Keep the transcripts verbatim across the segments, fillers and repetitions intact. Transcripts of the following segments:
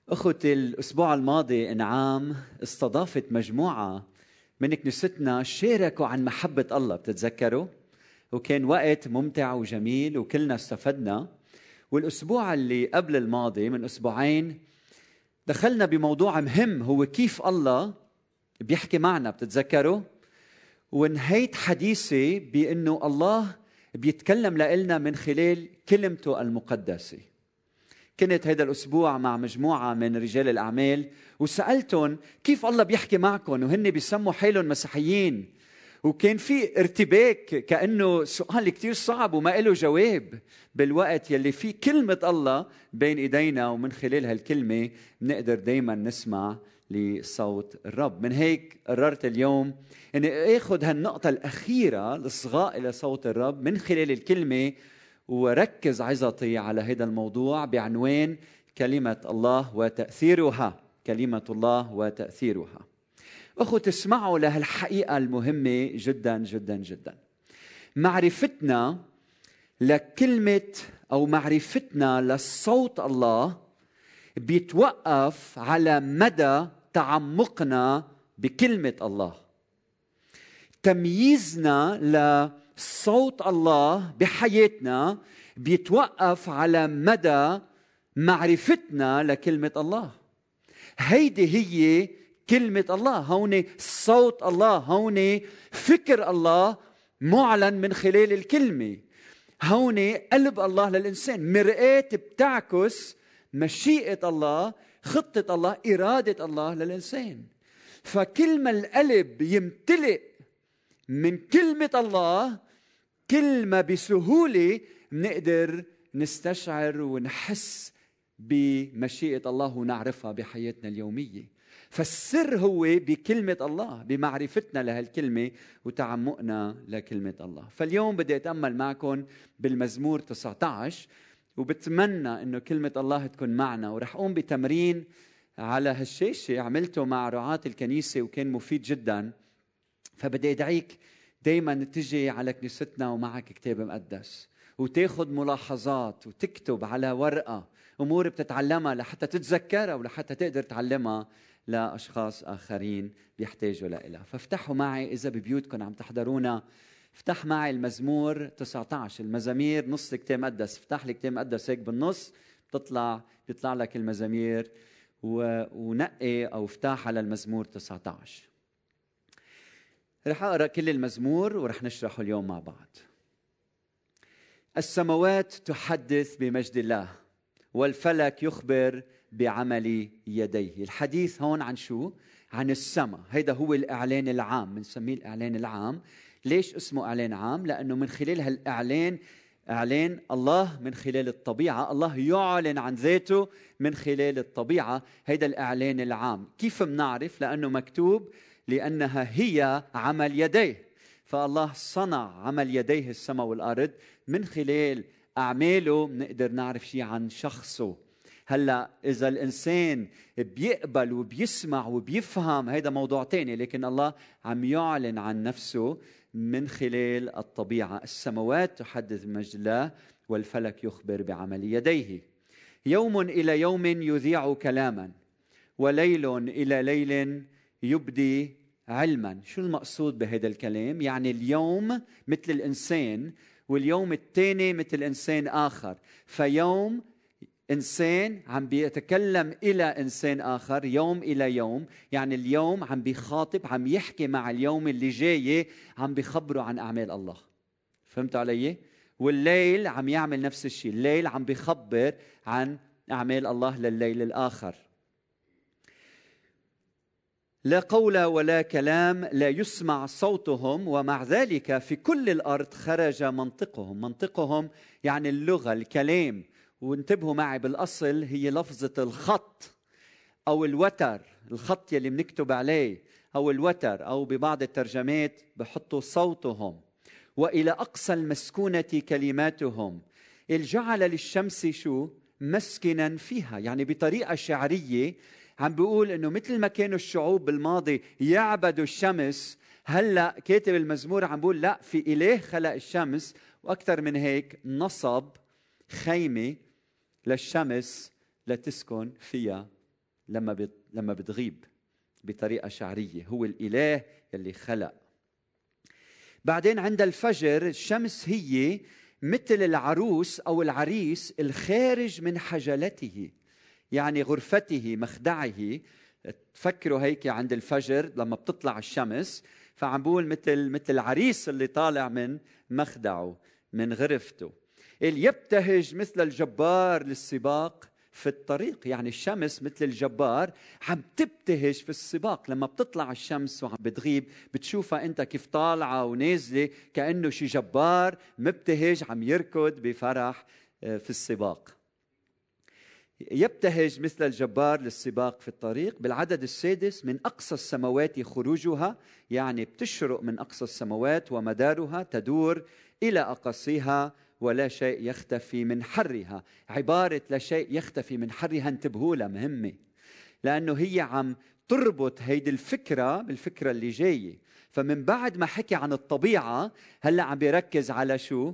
أخوتي، الأسبوع الماضي إنعام استضافت مجموعة من كنيستنا شاركوا عن محبة الله، بتتذكروا؟ وكان وقت ممتع وجميل وكلنا استفدنا. والأسبوع اللي قبل الماضي من أسبوعين دخلنا بموضوع مهم، هو كيف الله بيحكي معنا، بتتذكروا؟ ونهيت حديثي بأنه الله بيتكلم لنا من خلال كلمته المقدسة. كنت هذا الأسبوع مع مجموعة من رجال الأعمال وسألتهم كيف الله بيحكي معكم وهن بيسموا حالهم مسيحيين، وكان في ارتباك كأنه سؤال كتير صعب وما له جواب بالوقت يلي فيه كلمة الله بين إيدينا، ومن خلال هالكلمة بنقدر دايما نسمع لصوت الرب. من هيك قررت اليوم أني أخذ هالنقطة الأخيرة الإصغاء إلى صوت الرب من خلال الكلمة، وركز عظتي على هذا الموضوع بعنوان كلمة الله وتأثيرها. كلمة الله وتأثيرها. أخو تسمعوا لهالحقيقة المهمة جدا جدا جدا. معرفتنا لكلمة أو معرفتنا لصوت الله بيتوقف على مدى تعمقنا بكلمة الله. تمييزنا لصوت الله بحياتنا بيتوقف على مدى معرفتنا لكلمة الله. هيدي هي كلمة الله، هون صوت الله، هون فكر الله معلن من خلال الكلمة، هون قلب الله للإنسان، مرآة بتعكس مشيئة الله، خطة الله، إرادة الله للإنسان. فكل ما القلب يمتلئ من كلمة الله كل ما بسهولة نقدر نستشعر ونحس بمشيئة الله ونعرفها بحياتنا اليومية. فالسر هو بكلمة الله، بمعرفتنا لهالكلمة وتعمقنا لكلمة الله. فاليوم بدي أتأمل معكم بالمزمور تسعة عشر، وبتمنى أنه كلمة الله تكون معنا. ورح أقوم بتمرين على هالشاشة عملته مع رعاة الكنيسة وكان مفيد جدا. فبدي أدعيك دايما تجي على كنيستنا ومعك كتاب مقدس وتاخد ملاحظات وتكتب على ورقة أمور بتتعلمها لحتى تتذكرها ولحتى تقدر تعلمها لأشخاص آخرين بيحتاجوا لها. فافتحوا معي إذا ببيوتكم عم تحضرونا، افتح معي المزمور تسعة عشر. المزامير نص كتاب مقدس، افتح لي كتاب مقدس هيك بالنص بتطلع بيطلع لك المزامير، ونقي أو افتح على المزمور تسعة عشر. رح أقرأ كل المزمور ورح نشرحه اليوم مع بعض. السماوات تحدث بمجد الله والفلك يخبر بعمل يديه. الحديث هون عن شو؟ عن السماء. هيدا هو الإعلان العام، بنسميه الإعلان العام. ليش اسمه إعلان عام؟ لأنه من خلال هالإعلان إعلان الله من خلال الطبيعة، الله يعلن عن ذاته من خلال الطبيعة. هيدا الإعلان العام. كيف منعرف؟ لأنه مكتوب لأنها هي عمل يديه. فالله صنع عمل يديه السماء والأرض، من خلال أعماله نقدر نعرف شيء عن شخصه. هلأ إذا الإنسان بيقبل وبيسمع وبيفهم هيدا موضوع تاني، لكن الله عم يعلن عن نفسه من خلال الطبيعة. السماوات تحدث بمجد الله والفلك يخبر بعمل يديه. يوم إلى يوم يذيع كلاما وليل إلى ليل يبدي علما. شو المقصود بهذا الكلام؟ يعني اليوم مثل الإنسان واليوم الثاني مثل إنسان آخر. فيوم إنسان عم بيتكلم إلى إنسان آخر يوم إلى يوم، يعني اليوم عم بيخاطب، عم يحكي مع اليوم اللي جاي، عم بيخبره عن أعمال الله. فهمت علي؟ والليل عم يعمل نفس الشيء، الليل عم بيخبر عن أعمال الله لليل الآخر. لا قول ولا كلام لا يسمع صوتهم، ومع ذلك في كل الأرض خرج منطقهم. منطقهم يعني اللغة، الكلام. وانتبهوا معي بالأصل هي لفظة الخط أو الوتر، الخط يلي بنكتب عليه أو الوتر، أو ببعض الترجمات بحطوا صوتهم. وإلى أقصى المسكونة كلماتهم. الجعل للشمس شو؟ مسكنا فيها. يعني بطريقة شعرية عم بيقول إنه مثل ما كانوا الشعوب بالماضي يعبدوا الشمس، هلأ كاتب المزمور عم بيقول لا، في إله خلق الشمس، وأكثر من هيك نصب خيمة للشمس لتسكن فيها لما بت... لما بتغيب بطريقة شعرية. هو الإله يلي خلق. بعدين عند الفجر الشمس هي مثل العروس أو العريس الخارج من حجلته، يعني غرفته مخدعه. تفكروا هيك عند الفجر لما بتطلع الشمس، فعم بقول مثل مثل العريس اللي طالع من مخدعه من غرفته. اللي يبتهج مثل الجبار للسباق في الطريق، يعني الشمس مثل الجبار عم تبتهج في السباق. لما بتطلع الشمس وعم بتغيب بتشوفها انت كيف طالعة ونازلة، كأنه شي جبار مبتهج عم يركض بفرح في السباق. يبتهج مثل الجبار للسباق في الطريق. بالعدد السادس: من أقصى السماوات خروجها، يعني بتشرق من أقصى السماوات، ومدارها تدور إلى أقاصيها، ولا شيء يختفي من حرها. عبارة لا شيء يختفي من حرها انتبهوا لها، مهمة، لأنه هي عم تربط هيدي الفكرة بالفكرة اللي جاية. فمن بعد ما حكي عن الطبيعة هلأ عم بيركز على شو؟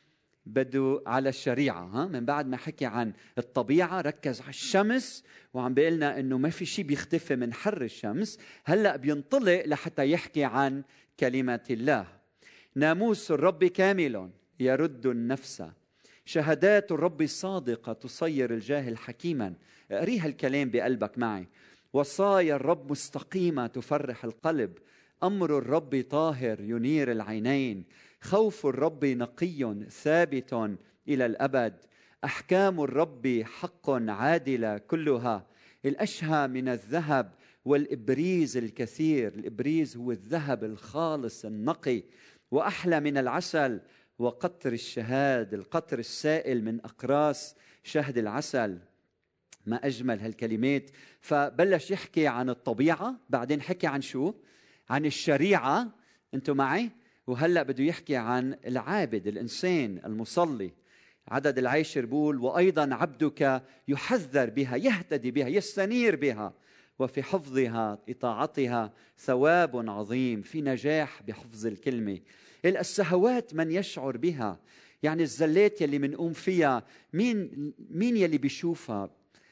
بده على الشريعة. ها؟ من بعد ما حكي عن الطبيعة ركز على الشمس، وعم بيقلنا إنه ما في شيء بيختفي من حر الشمس. هلأ بينطلق لحتى يحكي عن كلمة الله. ناموس الرب كامل يرد النفس، شهادات الرب صادقة تصير الجاهل حكيما. اقريها الكلام بقلبك معي. وصايا الرب مستقيمة تفرح القلب، أمر الرب طاهر ينير العينين، خوف الرب نقي ثابت إلى الأبد، أحكام الرب حق عادلة كلها، الأشهى من الذهب والإبريز الكثير. الإبريز هو الذهب الخالص النقي. وأحلى من العسل وقطر الشهاد، القطر السائل من أقراص شهد العسل. ما أجمل هالكلمات. فبلش يحكي عن الطبيعة، بعدين حكي عن شو؟ عن الشريعة. أنتوا معي؟ وهلأ بده يحكي عن العابد، الإنسان المصلي. عدد العاشر بقول: وأيضا عبدك يحذر بها، يهتدي بها، يستنير بها، وفي حفظها إطاعتها ثواب عظيم. في نجاح بحفظ الكلمة. السهوات من يشعر بها، يعني الزلات يلي منقوم فيها، مين مين يلي بيشوفها؟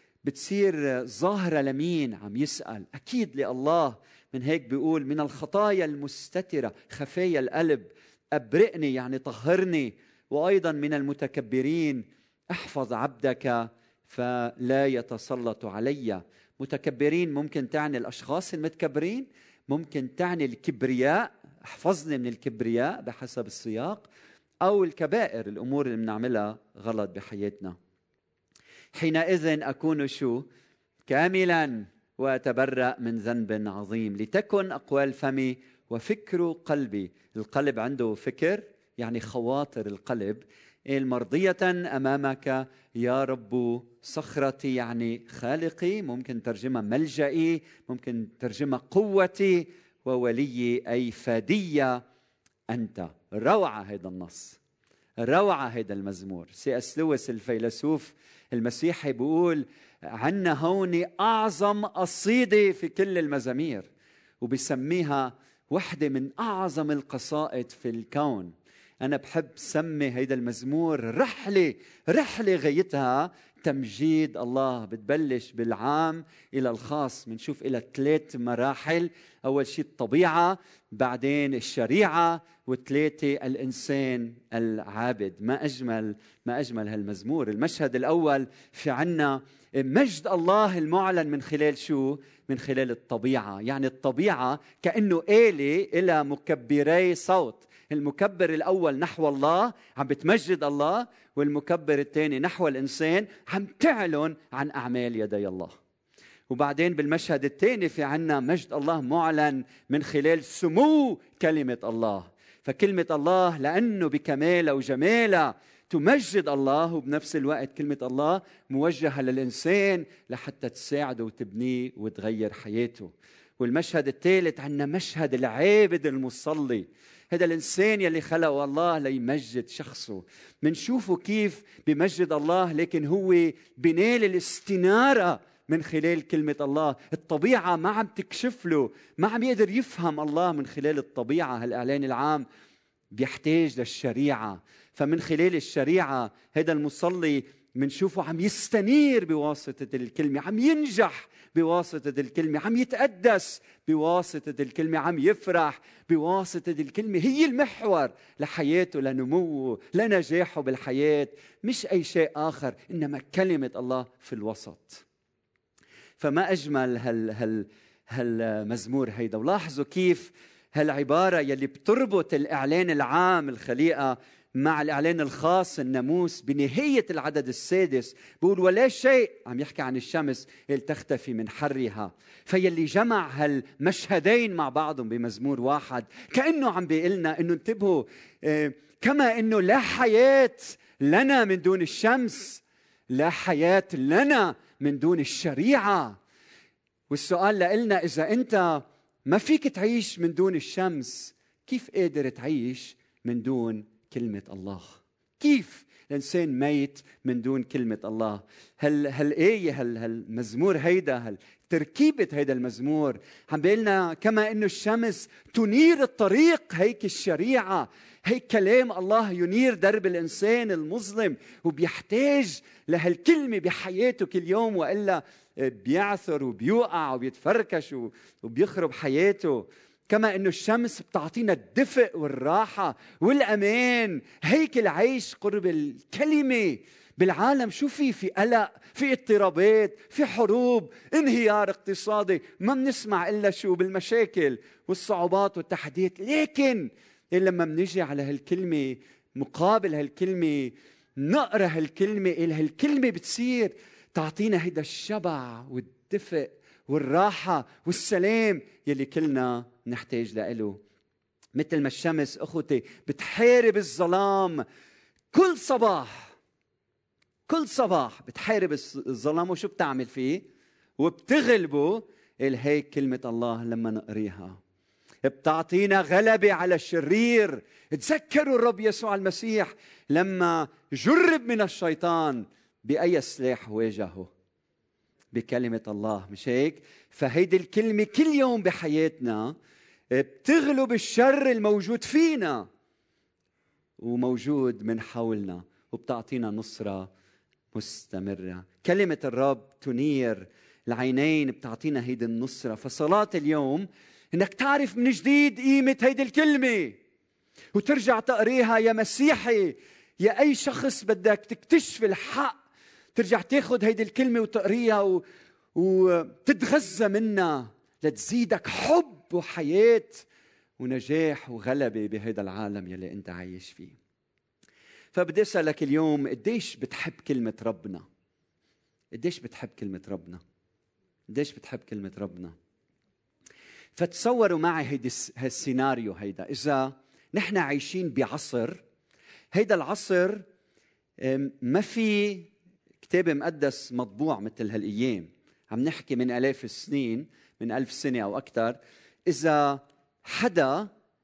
بتصير ظاهرة لمين؟ عم يسأل. أكيد لله. من هيك بيقول: من الخطايا المستترة خفايا القلب أبرئني، يعني طهرني. وأيضا من المتكبرين احفظ عبدك فلا يتسلط علي. متكبرين ممكن تعني الأشخاص المتكبرين، ممكن تعني الكبرياء، احفظني من الكبرياء بحسب السياق، أو الكبائر، الأمور اللي بنعملها غلط بحياتنا. حينئذ أكون شو؟ كاملا وأتبرأ من ذنب عظيم. لتكن أقوال فمي وفكر قلبي. القلب عنده فكر، يعني خواطر القلب. المرضية أمامك يا رب صخرتي، يعني خالقي. ممكن ترجمة ملجئي، ممكن ترجمة قوتي، وولي أي فدية أنت. روعة هذا النص، روعة هذا المزمور. سي اس لويس الفيلسوف المسيحي بيقول عنا هون أعظم قصيدة في كل المزامير، وبسميها واحدة من أعظم القصائد في الكون. أنا بحب سمي هيدا المزمور رحلة، رحلة غايتها تمجيد الله. بتبلش بالعام إلى الخاص. منشوف إلى ثلاث مراحل: أول شيء الطبيعة، بعدين الشريعة، وثلاثة الإنسان العابد. ما أجمل ما أجمل هالمزمور. المشهد الأول في عنا مجد الله المعلن من خلال شو؟ من خلال الطبيعة. يعني الطبيعة كأنه آلة إلى مكبري صوت. المكبر الأول نحو الله عم بتمجد الله، والمكبر الثاني نحو الإنسان عم تعلن عن أعمال يدي الله. وبعدين بالمشهد الثاني في عنا مجد الله معلن من خلال سمو كلمة الله. فكلمة الله لأنه بكمالها وجمالها تمجد الله، وبنفس الوقت كلمة الله موجهة للإنسان لحتى تساعده وتبنيه وتغير حياته. والمشهد الثالث عنا مشهد العابد المصلي. هذا الإنسان يلي خلقه الله ليمجد شخصه. منشوفه كيف بمجد الله، لكن هو بنال الاستنارة من خلال كلمة الله. الطبيعة ما عم تكشف له، ما عم يقدر يفهم الله من خلال الطبيعة. هالإعلان العام بيحتاج للشريعة. فمن خلال الشريعة هذا المصلي منشوفه عم يستنير بواسطة الكلمة، عم ينجح بواسطة الكلمة، عم يتقدس بواسطة الكلمة، عم يفرح بواسطة الكلمة. هي المحور لحياته، لنموه، لنجاحه بالحياة، مش أي شيء آخر، إنما كلمة الله في الوسط. فما أجمل هال هال هالمزمور هيدا. ولاحظوا كيف هالعبارة يلي بتربط الإعلان العام الخليقة مع الإعلان الخاص الناموس. بنهاية العدد السادس بقول ولا شيء، عم يحكي عن الشمس تختفي من حرها. فيلي جمع هالمشهدين مع بعضهم بمزمور واحد كأنه عم بيقلنا إنه انتبهوا، اه كما إنه لا حياة لنا من دون الشمس، لا حياة لنا من دون الشريعة. والسؤال لنا، إذا أنت ما فيك تعيش من دون الشمس، كيف قادر تعيش من دون كلمة الله؟ كيف الإنسان ميت من دون كلمة الله؟ هل هالآية هل هالمزمور هيدا، هل تركيبة هيدا المزمور عم بيقلنا كما إنه الشمس تنير الطريق، هيك الشريعة، هيك كلام الله ينير درب الإنسان المظلم، وبيحتاج لهالكلمة بحياته كل يوم، وإلا بيعثر وبيوقع وبيتفركش وبيخرب حياته. كما إنه الشمس بتعطينا الدفء والراحة والأمان، هيك العيش قرب الكلمة. بالعالم شو في؟ في قلق، في اضطرابات، في حروب، انهيار اقتصادي، ما بنسمع إلا شو بالمشاكل والصعوبات والتحديات. لكن لما بنجي على هالكلمة، مقابل هالكلمة نقرأ هالكلمة، إلى هالكلمة بتصير تعطينا هيدا الشبع والدفء والراحة والسلام يلي كلنا نحتاج له. مثل ما الشمس أخوتي بتحارب الظلام كل صباح، كل صباح بتحارب الظلام، وشو بتعمل فيه؟ وبتغلبه. هيك كلمة الله لما نقريها بتعطينا غلبة على الشرير. تذكروا الرب يسوع المسيح لما جرب من الشيطان بأي سلاح واجهه؟ بكلمة الله، مش هيك؟ فهيدي الكلمة كل يوم بحياتنا بتغلب الشر الموجود فينا وموجود من حولنا، وبتعطينا نصرة مستمرة. كلمة الرب تنير العينين، بتعطينا هيدي النصرة. فصلاة اليوم إنك تعرف من جديد قيمة هيدي الكلمة، وترجع تقريها يا مسيحي، يا أي شخص بدك تكتشف الحق، ترجع تاخد هيدي الكلمة وتقريها و... وتتغذى منها لتزيدك حب وحياة ونجاح وغلبة بهذا العالم يلي أنت عايش فيه. فبدي أسألك اليوم، قديش بتحب كلمة ربنا؟ قديش بتحب كلمة ربنا؟ قديش بتحب كلمة ربنا؟ فتصوروا معي هيدا السيناريو هيدا. إذا نحن عايشين بعصر، هيدا العصر ما في كتاب مقدس مطبوع مثل هالأيام، عم نحكي من آلاف السنين، من ألف سنة أو أكثر. إذا حدا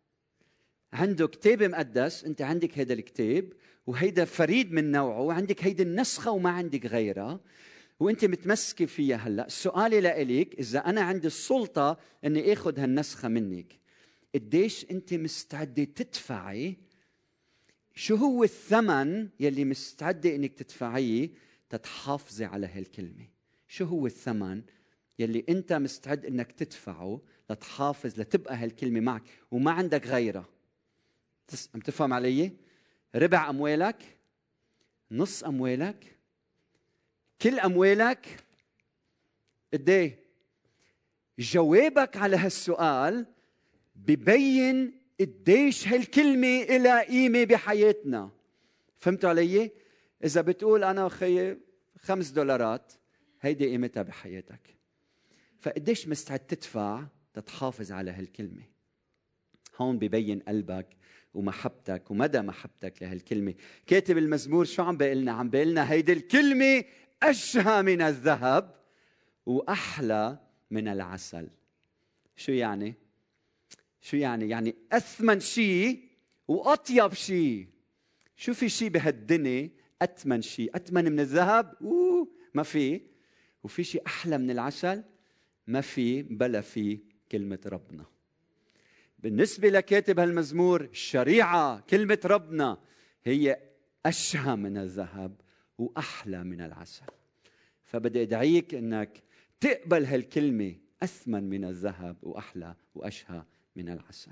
عنده كتاب مقدس، أنت عندك هيدا الكتاب وهيدا فريد من نوعه، وعندك هيدا النسخة وما عندك غيرها، وانت متمسكه فيها. هلا سؤالي لإلك، اذا انا عندي السلطه اني اخذ هالنسخه منك، قديش انت مستعده تدفعي؟ شو هو الثمن يلي مستعده انك تدفعيه تتحافظي على هالكلمه؟ شو هو الثمن يلي انت مستعد انك تدفعه لتحافظ، لتبقى هالكلمه معك وما عندك غيرها؟ عم تفهم علي؟ ربع اموالك؟ نص اموالك؟ كل أموالك؟ قديه؟ جوابك على هالسؤال ببين قديش هالكلمة إلها قيمة بحياتنا. فهمتوا علي؟ إذا بتقول أنا خي خمس دولارات، هيدي قيمتها بحياتك. فقديش مستعد تدفع تتحافظ على هالكلمة؟ هون ببين قلبك ومحبتك ومدى محبتك لهالكلمة. كاتب المزمور شو عم بيقلنا؟ عم بيقلنا هيدي الكلمة أشهى من الذهب وأحلى من العسل. شو يعني؟ شو يعني؟ يعني أثمن شيء وأطيب شيء. شو في شيء بهالدنيا أثمن شيء؟ أثمن من الذهب؟ أوه ما في. وفي شيء أحلى من العسل؟ ما في، بلا في كلمة ربنا. بالنسبة لكاتب هالمزمور، الشريعة كلمة ربنا هي أشهى من الذهب وأحلى من العسل. فبدي أدعيك أنك تقبل هالكلمة أثمن من الذهب وأحلى وأشهى من العسل.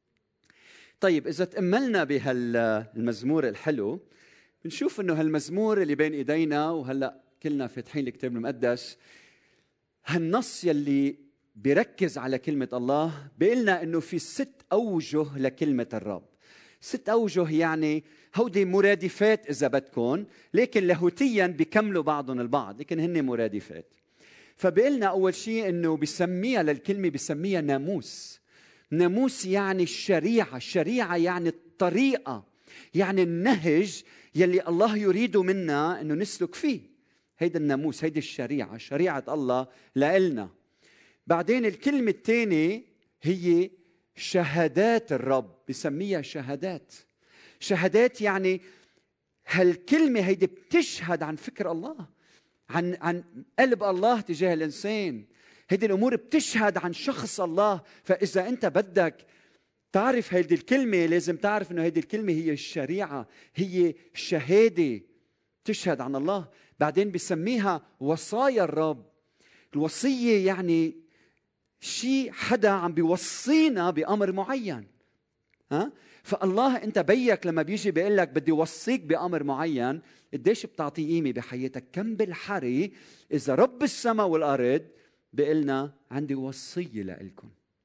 طيب إذا تأملنا بهالمزمور الحلو بنشوف أنه هالمزمور اللي بين إيدينا وهلأ كلنا فاتحين الكتاب المقدس، هالنص يلي بيركز على كلمة الله بيقلنا أنه في ست أوجه لكلمة الرب. ست أوجه يعني هودي مرادفات إذا بدكم، لكن لاهوتيا بيكملوا بعضهم البعض، لكن هن مرادفات. فبيقلنا أول شيء أنه بيسميها للكلمة بيسميها ناموس. ناموس يعني الشريعة، الشريعة يعني الطريقة، يعني النهج يلي الله يريد منا أنه نسلك فيه. هيدا الناموس، هيدا الشريعة، شريعة الله لإلنا. بعدين الكلمة الثانية هي شهادات الرب، بسميها شهادات. شهادات يعني هالكلمة هيدي بتشهد عن فكر الله، عن عن قلب الله تجاه الإنسان. هيدي الأمور بتشهد عن شخص الله. فإذا أنت بدك تعرف هيدي الكلمة لازم تعرف إنه هيدي الكلمة هي الشريعة، هي شهادة تشهد عن الله. بعدين بسميها وصايا الرب. الوصية يعني شيء حدا عم بيوصينا بأمر معين. ها؟ فالله أنت بيك لما بيجي بيقول لك بدي وصيك بأمر معين، قديش بتعطيه قيمة بحياتك؟ كم بالحري إذا رب السماء والأرض بيقلنا عندي وصية لإلكم: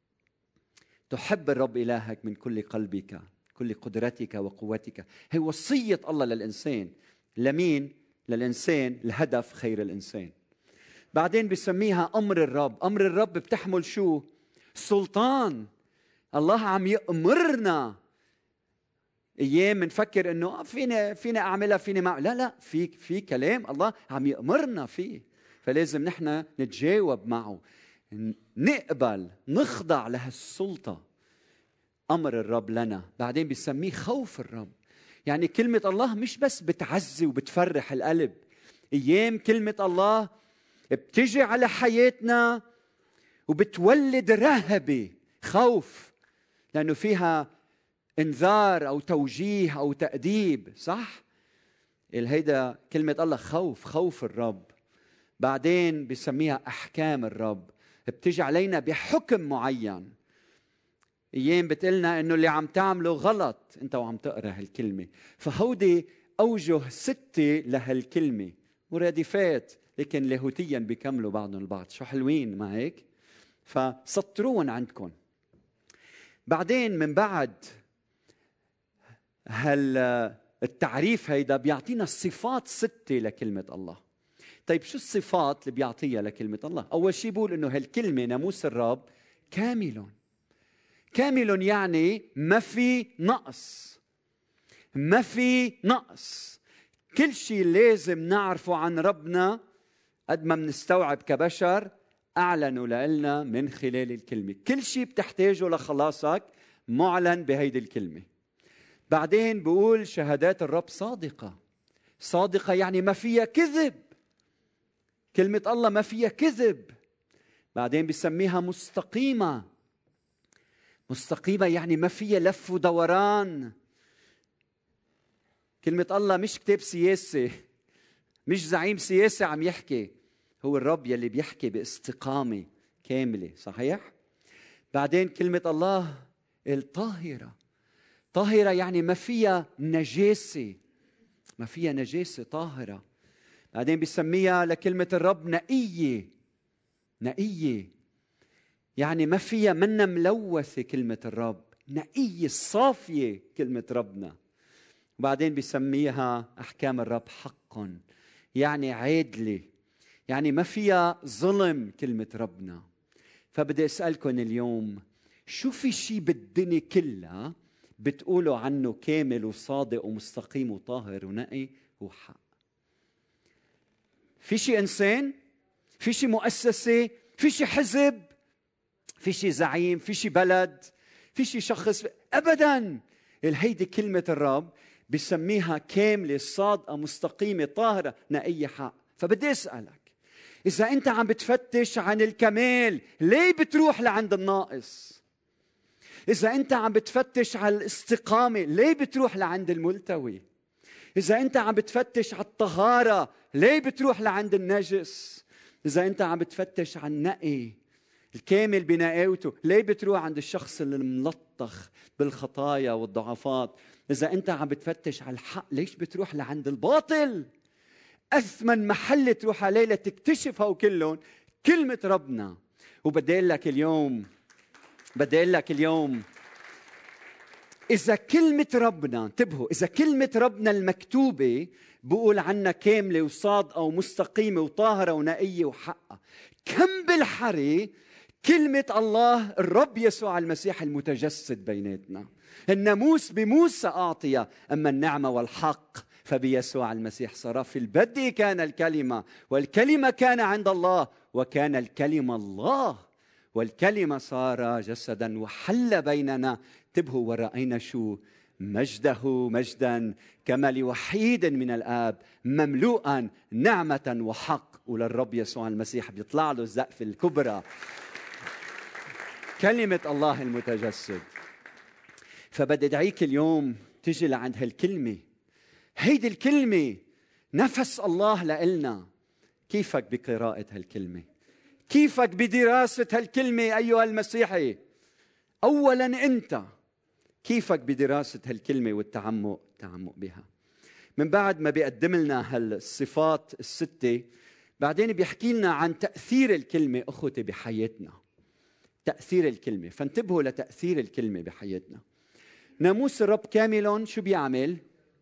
تحب الرب إلهك من كل قلبك، كل قدرتك وقوتك. هي وصية الله للإنسان. لمين؟ للإنسان. الهدف خير الإنسان. بعدين بسميها أمر الرب. أمر الرب بتحمل شو؟ سلطان. الله عم يأمرنا. أيام منفكر إنه فينا فينا أعملها فيني ما لا لا في في كلام الله عم يأمرنا فيه، فلازم نحن نتجاوب معه، نقبل نخضع لهالسلطة. أمر الرب لنا. بعدين بيسميه خوف الرب. يعني كلمة الله مش بس بتعزي وبتفرح القلب، أيام كلمة الله بتجي على حياتنا وبتولد رهبة، خوف، لأنه فيها انذار أو توجيه أو تأديب. صح؟ هيدا كلمة الله خوف، خوف الرب. بعدين بيسميها أحكام الرب، بتجي علينا بحكم معين. أيام بتقلنا إنه اللي عم تعمله غلط أنت وعم تقرأ هالكلمة. فهودي أوجه ستة لهالكلمة، مرادفات لكن لاهوتيا بيكملوا بعضهم البعض. شو حلوين ما هيك؟ فسطرون عندكم. بعدين من بعد هالتعريف هيدا بيعطينا الصفات ستة لكلمة الله. طيب شو الصفات اللي بيعطيها لكلمة الله؟ أول شيء بقول إنه هالكلمة ناموس الرب كامل. كامل يعني ما في نقص، ما في نقص. كل شيء لازم نعرفه عن ربنا قد ما بنستوعب كبشر أعلنوا لنا من خلال الكلمة. كل شيء بتحتاجه لخلاصك معلن بهيدي الكلمة. بعدين بقول شهادات الرب صادقة. صادقة يعني ما فيها كذب. كلمة الله ما فيها كذب. بعدين بيسميها مستقيمة. مستقيمة يعني ما فيها لف ودوران. كلمة الله مش كتاب سياسي، مش زعيم سياسي عم يحكي، هو الرب يلي بيحكي باستقامة كاملة. صحيح؟ بعدين كلمة الله الطاهرة. طاهرة يعني ما فيها نجاسة، ما فيها نجاسة، طاهرة. بعدين بيسميها لكلمة الرب نقية. نقية يعني ما فيها منا ملوثة. كلمة الرب نقية صافية كلمة ربنا. وبعدين بيسميها أحكام الرب حق، يعني عادلة، يعني ما فيها ظلم كلمة ربنا. فبدي أسألكم اليوم، شو في شيء بالدنيا كلها بتقولوا عنه كامل وصادق ومستقيم وطاهر ونقي وحق؟ في شيء إنسان؟ في شيء مؤسسة؟ في شيء حزب؟ في شيء زعيم؟ في شيء بلد؟ في شيء شخص؟ أبداً. الهيدي كلمة الرب بسميها كاملة صادقة مستقيمة طاهرة نقية حق. فبدي أسألك، إذا أنت عم بتفتش عن الكمال ليه بتروح لعند الناقص؟ إذا أنت عم بتفتش على الاستقامة ليه بتروح لعند الملتوي؟ إذا أنت عم بتفتش على الطهارة ليه بتروح لعند النجس؟ إذا أنت عم بتفتش على النقي الكامل بنقاوته ليه بتروح عند الشخص الملطخ بالخطايا والضعفات؟ إذا أنت عم بتفتش على الحق ليش بتروح لعند الباطل؟ أثمن محل تروح عليه لتكتشفه كلهم كلمة ربنا. وبدي أقول لك اليوم بدي أقول لك اليوم إذا كلمة ربنا، انتبهوا، إذا كلمة ربنا المكتوبة بقول عنها كاملة وصادقة ومستقيمة وطاهرة ونقية وحقة، كم بالحري كلمة الله الرب يسوع المسيح المتجسد بيناتنا. الناموس بموسى أعطي، أما النعمة والحق فبيسوع المسيح صار. في البدء كان الكلمة، والكلمة كان عند الله، وكان الكلمة الله، والكلمة صار جسدا وحل بيننا. انتبهوا، ورأينا شو مجده مجدا كما لوحيد من الآب مملوءا نعمة وحق. وللرب يسوع المسيح بيطلع له الزقف الكبرى، كلمة الله المتجسد. فبدي أدعيك اليوم تجي لعند هالكلمة. هيدي الكلمة نفس الله لإلنا. كيفك بقراءة هالكلمة؟ كيفك بدراسة هالكلمة أيها المسيحي؟ أولا أنت كيفك بدراسة هالكلمة والتعمق التعمق بها؟ من بعد ما بيقدم لنا هالصفات الستة، بعدين بيحكي لنا عن تأثير الكلمة أخوتي بحياتنا. تأثير الكلمة، فانتبهوا لتأثير الكلمة بحياتنا. ناموس الرب كامل شو بيعمل؟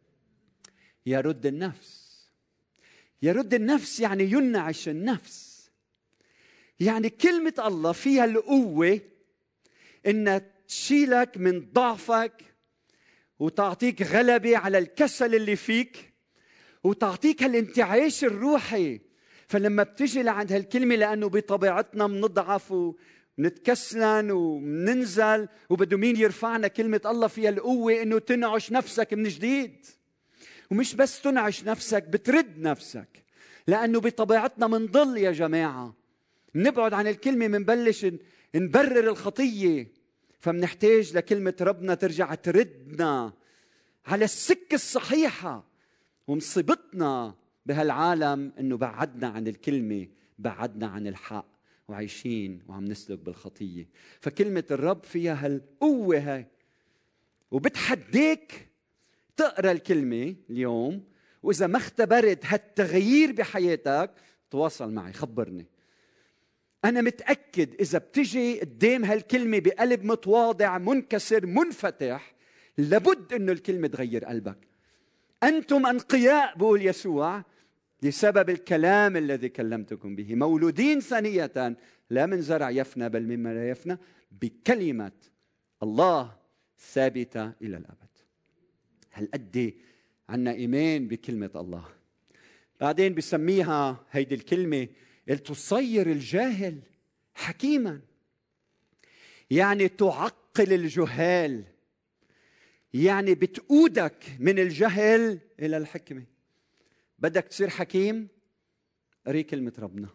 يرد النفس. يرد النفس يعني ينعش النفس. يعني كلمة الله فيها القوة إنها تشيلك من ضعفك وتعطيك غلبة على الكسل اللي فيك وتعطيك الانتعاش الروحي. فلما بتجي لعند هالكلمة، لأنه بطبيعتنا منضعف ونتكسلن ومننزل وبده مين يرفعنا، كلمة الله فيها القوة إنه تنعش نفسك من جديد. ومش بس تنعش نفسك، بترد نفسك، لأنه بطبيعتنا منضل يا جماعة. منبعد عن الكلمة، منبلش نبرر الخطية، فمنحتاج لكلمة ربنا ترجع تردنا على السكة الصحيحة. ومصيبتنا بهالعالم إنه بعدنا عن الكلمة، بعدنا عن الحق، وعايشين وعم نسلك بالخطية. فكلمة الرب فيها هالقوة هاي، وبتحديك تقرأ الكلمة اليوم. وإذا ما اختبرت هالتغيير بحياتك تواصل معي، خبرني. أنا متأكد إذا بتجي قدام هالكلمة بقلب متواضع منكسر منفتح، لابد إنه الكلمة تغير قلبك. أنتم أنقياء بقول يسوع لسبب الكلام الذي كلمتكم به، مولودين ثانية لا من زرع يفنى بل مما لا يفنى، بكلمة الله ثابتة إلى الأبد. هل قد عنا إيمان بكلمة الله؟ بعدين بسميها هيدي الكلمة تصير الجاهل حكيما، يعني تعقل الجهال، يعني بتقودك من الجهل إلى الحكمة. بدك تصير حكيم؟ قري كلمة ربنا،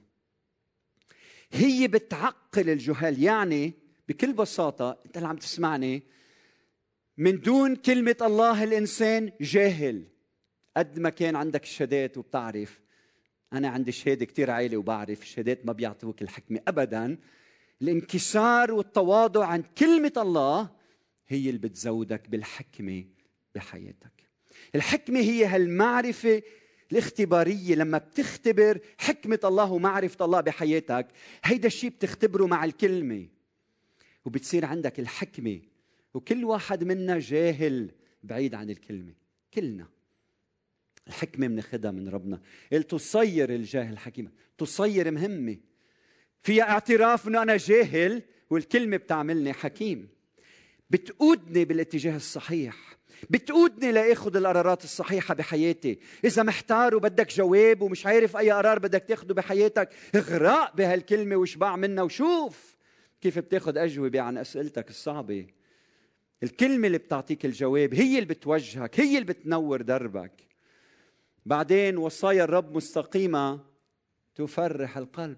هي بتعقل الجهال. يعني بكل بساطة أنت اللي عم تسمعني، من دون كلمة الله الإنسان جاهل. قد ما كان عندك الشهادات وبتعرف، أنا عندي شهادة كتير عالية وبعرف الشهادات ما بيعطوك الحكمة أبداً. الانكسار والتواضع عند كلمة الله هي اللي بتزودك بالحكمة بحياتك. الحكمة هي هالمعرفة الاختبارية. لما بتختبر حكمة الله ومعرفة الله بحياتك، هيدا الشيء بتختبره مع الكلمة وبتصير عندك الحكمة. وكل واحد منا جاهل بعيد عن الكلمة، كلنا. الحكمة بناخدها من ربنا. تصير الجاهل حكيما، تصير مهمة فيها اعتراف انه انا جاهل، والكلمة بتعملني حكيم، بتقودني بالاتجاه الصحيح، بتقودني لاخذ القرارات الصحيحة بحياتي. اذا محتار وبدك جواب ومش عارف اي قرار بدك تاخده بحياتك، اغرق بهالكلمة واشبع منها وشوف كيف بتاخذ اجوبة عن اسئلتك الصعبة. الكلمة اللي بتعطيك الجواب، هي اللي بتوجهك، هي اللي بتنور دربك. بعدين وصايا الرب مستقيمة تفرح القلب.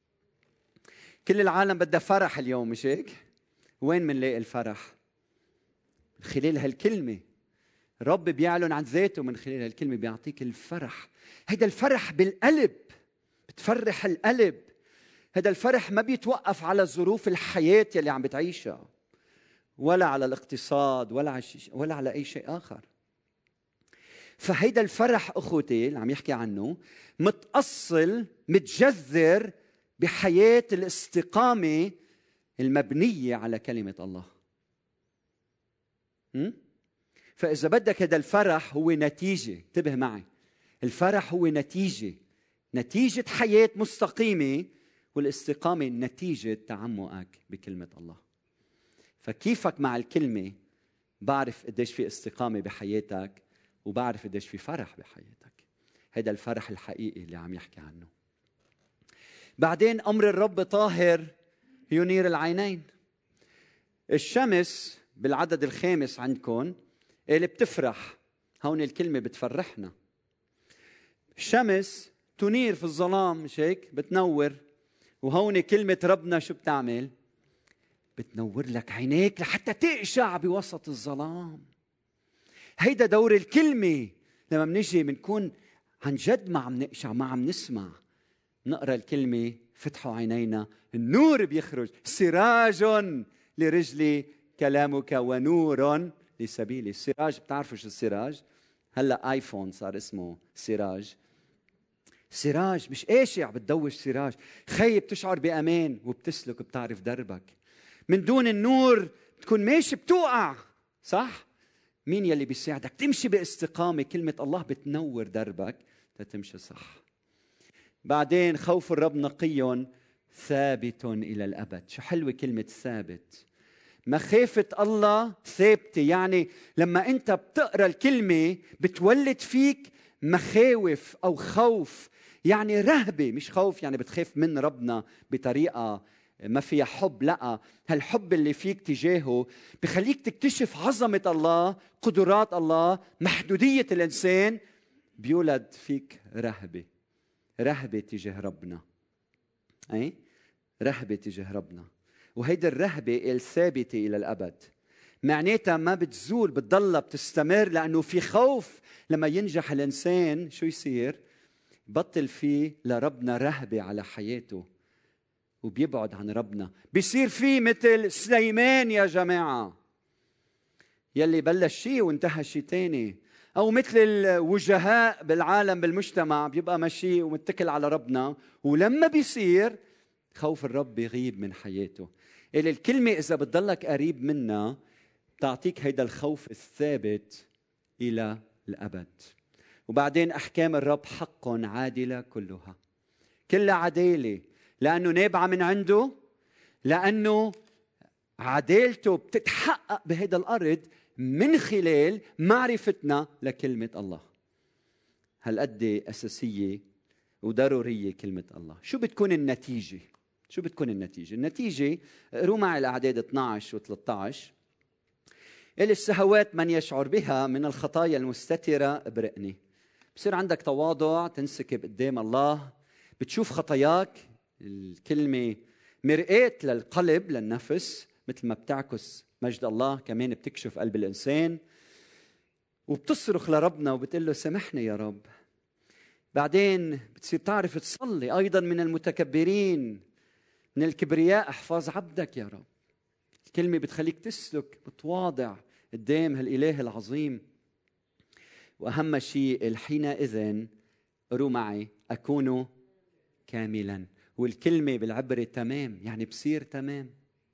كل العالم بدها فرح اليوم، مش هيك؟ وين منلاقي الفرح؟ خلال هالكلمة. رب بيعلن عن ذاته من خلال الكلمة، بيعطيك الفرح. هيدا الفرح بالقلب، بتفرح القلب. هذا الفرح ما بيتوقف على ظروف الحياة اللي عم بتعيشها، ولا على الاقتصاد، ولا على ولا على أي شيء آخر. فهيدا الفرح أخوتي اللي عم يحكي عنه متأصل متجذر بحياة الاستقامة المبنية على كلمة الله. م? فإذا بدك هذا الفرح هو نتيجة، انتبه معي، الفرح هو نتيجة نتيجة حياة مستقيمة، والاستقامة نتيجة تعمقك بكلمة الله. فكيفك مع الكلمة بعرف قديش في استقامة بحياتك، وبعرف قديش في فرح بحياتك. هذا الفرح الحقيقي اللي عم يحكي عنه. بعدين أمر الرب طاهر ينير العينين. الشمس بالعدد الخامس عندكم اللي بتفرح، هون الكلمة بتفرحنا. الشمس تنير في الظلام، مش هيك؟ بتنور. وهون كلمة ربنا شو بتعمل؟ بتنور لك عينيك لحتى تقشع بوسط الظلام. هيدا دور الكلمة. لما منجي بنكون عن جد ما عم نقشع، ما عم نسمع، نقرأ الكلمة، فتحوا عينينا، النور بيخرج. سراج لرجلي كلامك ونور لسبيلي. السراج، بتعرفوا شو السراج؟ هلا ايفون صار اسمه سراج. سراج مش قاشع، بتدوش سراج. خي بتشعر بأمان وبتسلك، بتعرف دربك. من دون النور بتكون ماشي بتوقع، صح؟ مين يلي بيساعدك تمشي باستقامة؟ كلمة الله بتنور دربك تتمشي صح. بعدين خوف الرب نقي ثابت إلى الأبد. شو حلوة كلمة ثابت. مخافة الله ثابتة، يعني لما أنت بتقرأ الكلمة بتولد فيك مخاوف أو خوف، يعني رهبة، مش خوف يعني بتخاف من ربنا بطريقة ما فيها حب، لا، هالحب اللي فيك تجاهه بخليك تكتشف عظمة الله، قدرات الله، محدودية الإنسان. بيولد فيك رهبة، رهبة تجاه ربنا. أي رهبة تجاه ربنا. وهيدي الرهبة الثابتة إلى الأبد، معناتها ما بتزول، بتضلها بتستمر، لأنه في خوف. لما ينجح الإنسان شو يصير؟ بطل فيه لربنا رهبة على حياته، وبيبعد عن ربنا. بيصير فيه مثل سليمان يا جماعة، يلي بلش شيء وانتهى شيء تاني. أو مثل الوجهاء بالعالم بالمجتمع، بيبقى ماشي ومتكل على ربنا، ولما بيصير خوف الرب بيغيب من حياته. إلى الكلمة إذا بتضلك قريب منها تعطيك هيدا الخوف الثابت إلى الأبد. وبعدين أحكام الرب حق عادلة كلها، كلها عدالة، لأنه نابعة من عنده، لأنه عدالته بتتحقق بهيدا الأرض من خلال معرفتنا لكلمة الله. هالقد أساسية وضرورية كلمة الله. شو بتكون النتيجة؟ شو بتكون النتيجة؟ النتيجة قروا معي الأعداد اثنعش و ثلاثة عشر. إلي الشهوات من يشعر بها من الخطايا المستترة ابرئني. بصير عندك تواضع، تنسكب قدام الله، بتشوف خطاياك. الكلمة مرآة للقلب، للنفس، مثل ما بتعكس مجد الله كمان بتكشف قلب الإنسان. وبتصرخ لربنا وبتقول له سامحني يا رب. بعدين بتصير تعرف تصلي أيضا من المتكبرين، من الكبرياء احفظ عبدك يا رب. الكلمة بتخليك تسلك بتواضع قدام هالإله العظيم. وأهم شيء حينئذ قروا معي أكون كاملا. والكلمة بالعبرة تمام، يعني بصير تمام.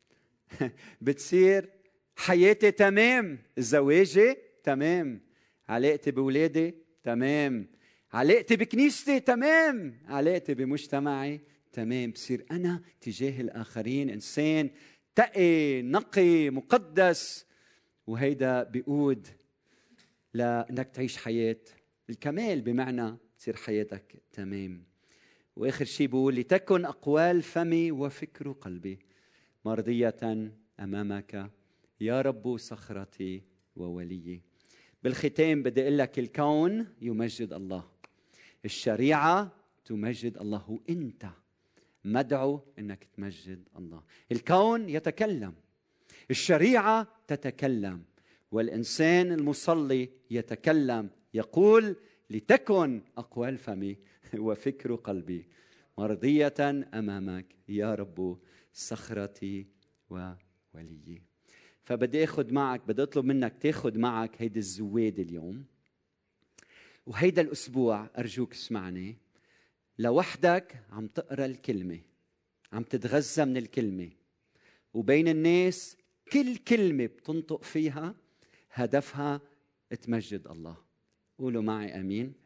بتصير حياتي تمام، زواجي تمام، علاقتي بولادي تمام، علاقتي بكنيستي تمام، علاقتي بمجتمعي تمام. بصير أنا تجاه الآخرين إنسان تقي نقي مقدس. وهيدا بيقود لأنك تعيش حياة الكمال، بمعنى تصير حياتك تمام. وآخر شيء بقول لتكن أقوال فمي وفكر قلبي مرضية أمامك يا رب صخرتي ووليي. بالختام بدي أقول لك الكون يمجد الله، الشريعة تمجد الله، وأنت مدعو أنك تمجد الله. الكون يتكلم، الشريعة تتكلم، والإنسان المصلي يتكلم يقول: لتكن أقوال فمي وفكر قلبي مرضية أمامك يا رب صخرتي ووليي. فبدي أخذ معك، بدي أطلب منك تأخذ معك هيدا الزواد اليوم، وهيدا الأسبوع أرجوك اسمعني، لوحدك عم تقرأ الكلمة، عم تتغذى من الكلمة، وبين الناس كل كلمة بتنطق فيها هدفها تمجد الله. قولوا معي آمين.